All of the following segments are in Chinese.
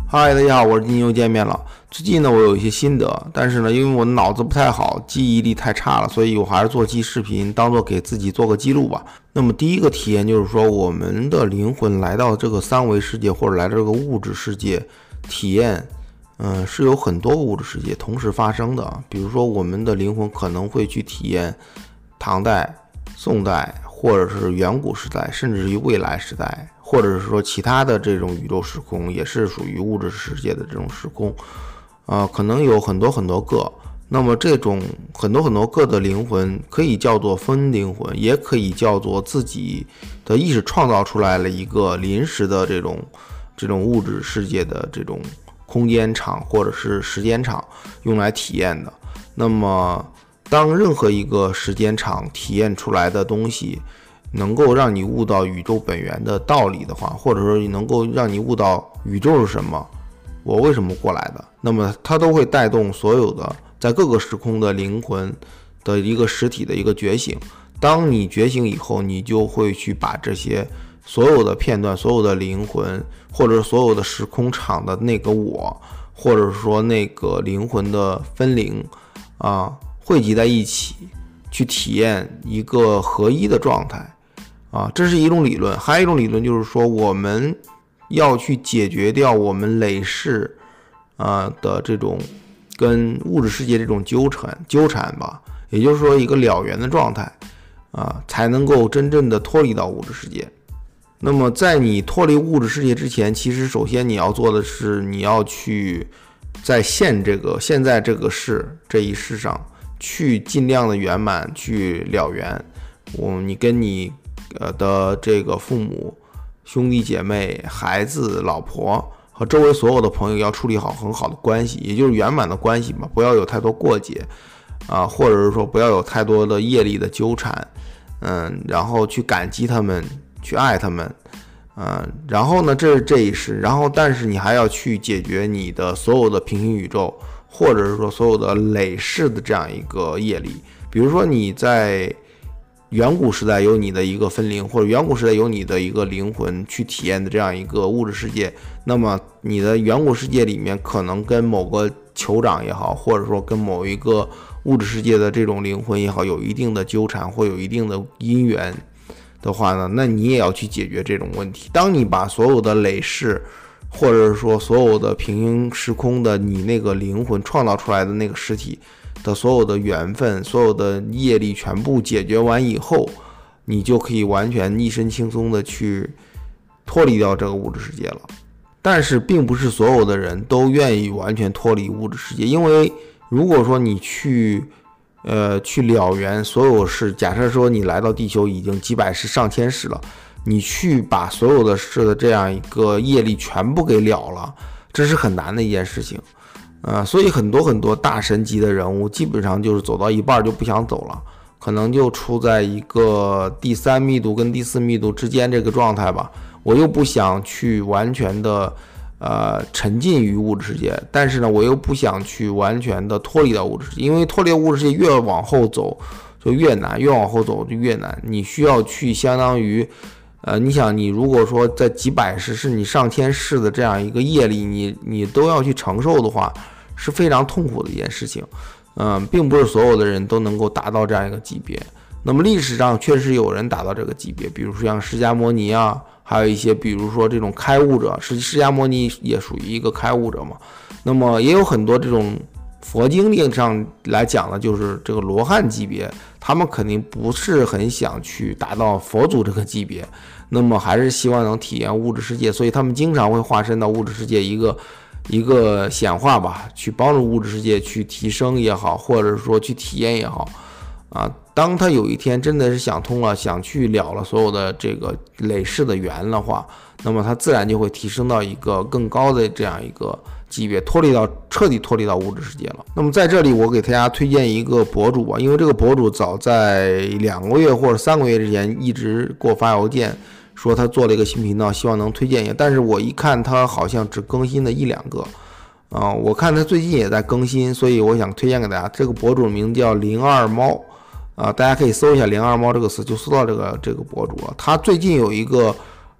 嗨，大家好，我是金又见面了。最近呢，我有一些心得，但是呢，因为我脑子不太好，记忆力太差了，所以我还是做期视频，当做给自己做个记录吧。那么第一个体验就是说，我们的灵魂来到这个三维世界，或者来到这个物质世界，体验，是有很多个物质世界同时发生的。比如说，我们的灵魂可能会去体验唐代、宋代，或者是远古时代，甚至于未来时代。或者是说其他的这种宇宙时空，也是属于物质世界的这种时空，可能有很多很多个。那么这种很多很多个的灵魂，可以叫做分灵魂，也可以叫做自己的意识创造出来了一个临时的这种物质世界的这种空间场或者是时间场用来体验的。那么当任何一个时间场体验出来的东西能够让你悟到宇宙本源的道理的话，或者说能够让你悟到宇宙是什么，我为什么过来的，那么它都会带动所有的在各个时空的灵魂的一个实体的一个觉醒。当你觉醒以后，你就会去把这些所有的片段、所有的灵魂，或者所有的时空场的那个我，或者说那个灵魂的分灵汇集在一起，去体验一个合一的状态。这是一种理论。还有一种理论就是说，我们要去解决掉我们累世的这种跟物质世界这种纠缠吧，也就是说一个了缘的状态才能够真正的脱离到物质世界。那么在你脱离物质世界之前，其实首先你要做的是，你要去在现在这个这一世上去尽量的圆满，去了缘。你跟你的这个父母、兄弟姐妹、孩子、老婆和周围所有的朋友要处理好很好的关系，也就是圆满的关系嘛，不要有太多过节或者是说不要有太多的业力的纠缠，然后去感激他们，去爱他们，然后呢，这是这一世，然后但是你还要去解决你的所有的平行宇宙，或者是说所有的累世的这样一个业力。比如说你在远古时代有你的一个分灵，或者远古时代有你的一个灵魂去体验的这样一个物质世界，那么你的远古世界里面可能跟某个酋长也好，或者说跟某一个物质世界的这种灵魂也好，有一定的纠缠或有一定的因缘的话呢，那你也要去解决这种问题。当你把所有的累世，或者是说所有的平行时空的你那个灵魂创造出来的那个实体的所有的缘分、所有的业力全部解决完以后，你就可以完全一身轻松的去脱离掉这个物质世界了。但是并不是所有的人都愿意完全脱离物质世界，因为如果说你去了缘所有事，假设说你来到地球已经几百世、上千世了，你去把所有的事的这样一个业力全部给了了，这是很难的一件事情。所以很多大神级的人物基本上就是走到一半就不想走了，可能就处在一个第3密度跟第4密度之间这个状态吧。我又不想去完全的沉浸于物质世界，但是呢我又不想去完全的脱离到物质世界，因为脱离物质世界越往后走就越难，越往后走就越难。你需要去相当于你想，你如果说在几百世是你上千世的这样一个业力，你都要去承受的话，是非常痛苦的一件事情。并不是所有的人都能够达到这样一个级别。那么历史上确实有人达到这个级别，比如说像释迦牟尼还有一些比如说这种开悟者，释迦牟尼也属于一个开悟者嘛。那么也有很多这种佛经令上来讲的，就是这个罗汉级别，他们肯定不是很想去达到佛祖这个级别，那么还是希望能体验物质世界，所以他们经常会化身到物质世界一个显化吧，去帮助物质世界去提升也好，或者说去体验也好当他有一天真的是想通了，想去了了所有的这个累世的缘的话，那么他自然就会提升到一个更高的这样一个级别，彻底脱离到物质世界了。那么在这里我给大家推荐一个博主吧，因为这个博主早在2个月或者3个月之前一直给我发邮件说他做了一个新频道，希望能推荐一下，但是我一看他好像只更新了1-2个我看他最近也在更新，所以我想推荐给大家。这个博主名叫02猫大家可以搜一下02猫这个词，就搜到这个博主了。他最近有一个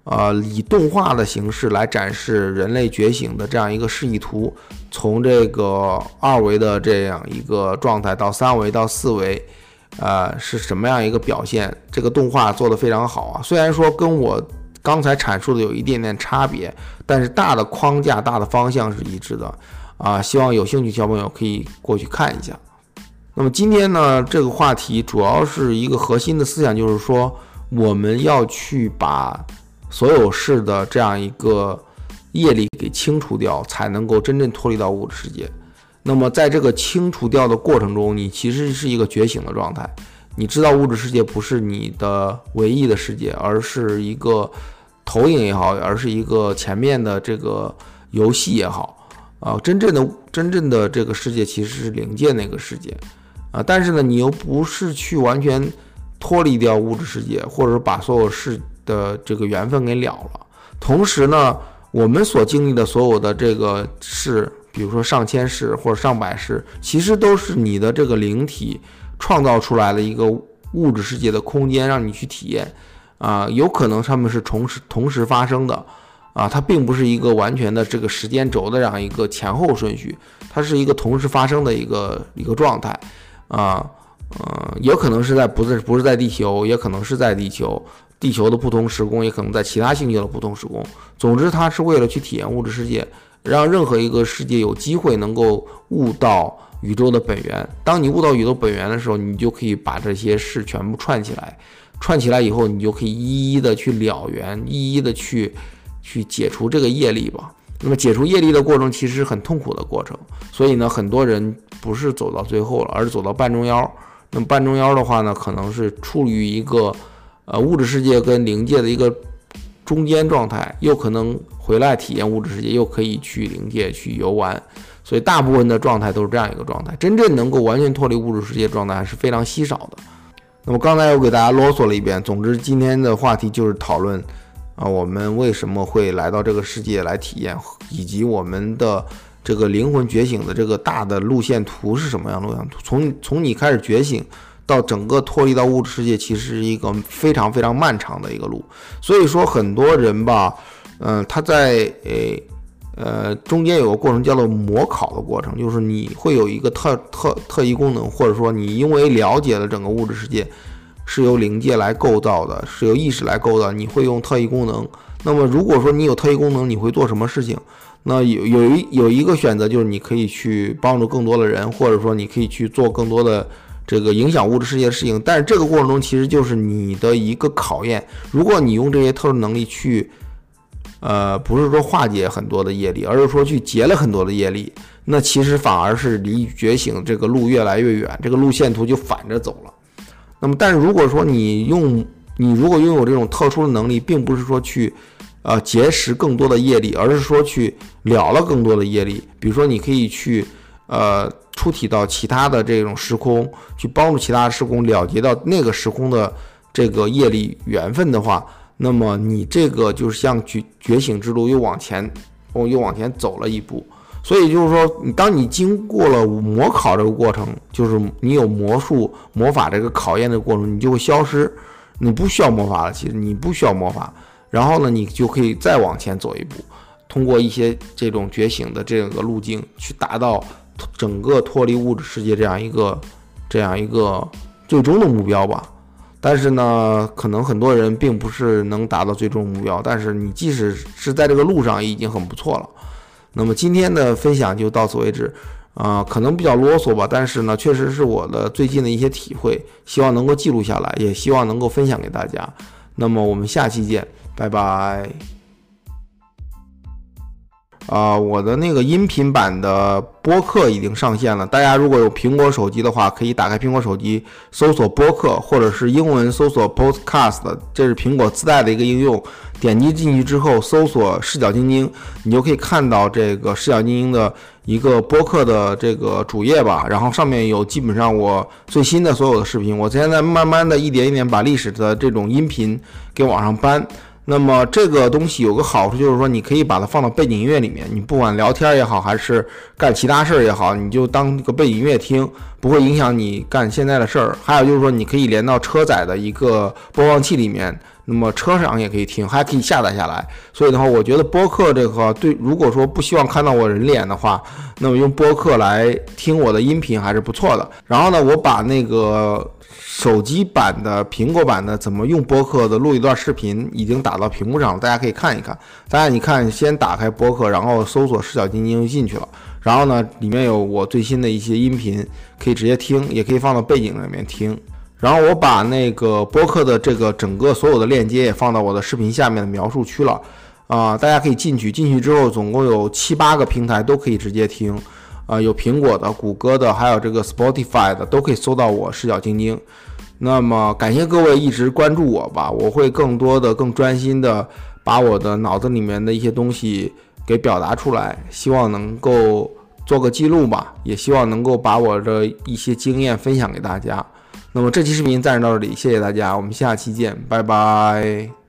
以动画的形式来展示人类觉醒的这样一个示意图，从这个2维的这样一个状态到3维到4维，是什么样一个表现？这个动画做得非常好啊，虽然说跟我刚才阐述的有一点点差别，但是大的框架、大的方向是一致的啊。希望有兴趣小朋友可以过去看一下。那么今天呢，这个话题主要是一个核心的思想，就是说我们要去把所有事的这样一个业力给清除掉，才能够真正脱离到物质世界。那么在这个清除掉的过程中，你其实是一个觉醒的状态，你知道物质世界不是你的唯一的世界，而是一个投影也好，而是一个前面的这个游戏也好真正的这个世界其实是灵界那个世界但是呢，你又不是去完全脱离掉物质世界，或者把所有事的这个缘分给了了。同时呢，我们所经历的所有的这个事，比如说上千世或者上百世，其实都是你的这个灵体创造出来的一个物质世界的空间，让你去体验有可能他们是同时发生的它并不是一个完全的这个时间轴的这样一个前后顺序，它是一个同时发生的一个状态有可能是不是在地球，也可能是在地球的不同时空，也可能在其他星球的不同时空。总之，它是为了去体验物质世界，让任何一个世界有机会能够悟到宇宙的本源。当你悟到宇宙本源的时候，你就可以把这些事全部串起来以后，你就可以一一的去了缘，一一的去解除这个业力吧。那么解除业力的过程其实是很痛苦的过程，所以呢，很多人不是走到最后了，而是走到半中腰。那么半中腰的话呢，可能是处于一个物质世界跟灵界的一个中间状态，又可能回来体验物质世界，又可以去灵界去游玩。所以大部分的状态都是这样一个状态，真正能够完全脱离物质世界状态还是非常稀少的。那么刚才我给大家啰嗦了一遍，总之今天的话题就是讨论我们为什么会来到这个世界来体验，以及我们的这个灵魂觉醒的这个大的路线图是什么样的路线图。从你开始觉醒到整个脱离到物质世界，其实是一个非常非常漫长的一个路。所以说很多人吧他在中间有个过程叫做模考的过程，就是你会有一个特异功能，或者说你因为了解了整个物质世界是由灵界来构造的，是由意识来构造，你会用特异功能。那么如果说你有特异功能，你会做什么事情？那有一个选择，就是你可以去帮助更多的人，或者说你可以去做更多的这个影响物质世界的事情。但是这个过程中其实就是你的一个考验。如果你用这些特殊能力去不是说化解很多的业力，而是说去结了很多的业力，那其实反而是离觉醒这个路越来越远，这个路线图就反着走了。那么但是如果说你如果拥有这种特殊的能力，并不是说去结识更多的业力，而是说去了更多的业力。比如说你可以去出体到其他的这种时空，去帮助其他时空了结到那个时空的这个业力缘分的话，那么你这个就是像觉醒之路又往前走了一步。所以就是说，当你经过了模考这个过程，就是你有魔术魔法这个考验的过程，你就会消失，你不需要魔法了。其实你不需要魔法，然后呢，你就可以再往前走一步，通过一些这种觉醒的这个路径，去达到整个脱离物质世界这样一个最终的目标吧。但是呢，可能很多人并不是能达到最终目标，但是你即使是在这个路上，已经很不错了。那么今天的分享就到此为止，可能比较啰嗦吧，但是呢，确实是我的最近的一些体会，希望能够记录下来，也希望能够分享给大家。那么我们下期见，拜拜。我的那个音频版的播客已经上线了，大家如果有苹果手机的话，可以打开苹果手机搜索播客，或者是英文搜索 podcast， 这是苹果自带的一个应用，点击进去之后搜索视角晶晶，你就可以看到这个视角晶晶的一个播客的这个主页吧，然后上面有基本上我最新的所有的视频，我现在慢慢的一点一点把历史的这种音频给往上搬。 那么这个东西有个好处，就是说你可以把它放到背景音乐里面，你不管聊天也好，还是干其他事儿也好，你就当这个背景音乐听，不会影响你干现在的事儿。还有就是说，你可以连到车载的一个播放器里面，那么车上也可以听，还可以下载下来。所以的话，我觉得播客这个对，如果说不希望看到我人脸的话，那么用播客来听我的音频还是不错的。然后呢，我把那个手机版的苹果版的怎么用播客的录一段视频已经打到屏幕上了，大家可以看一看。大家你看，先打开播客，然后搜索视角晶晶就进去了。然后呢，里面有我最新的一些音频，可以直接听，也可以放到背景里面听。然后我把那个播客的这个整个所有的链接也放到我的视频下面的描述区了大家可以进去之后总共有7、8个平台都可以直接听。有苹果的、谷歌的，还有这个 Spotify 的，都可以搜到我视角晶晶。那么感谢各位一直关注我吧，我会更多的、更专心的把我的脑子里面的一些东西给表达出来，希望能够做个记录吧，也希望能够把我的一些经验分享给大家。那么这期视频暂时到这里，谢谢大家，我们下期见，拜拜。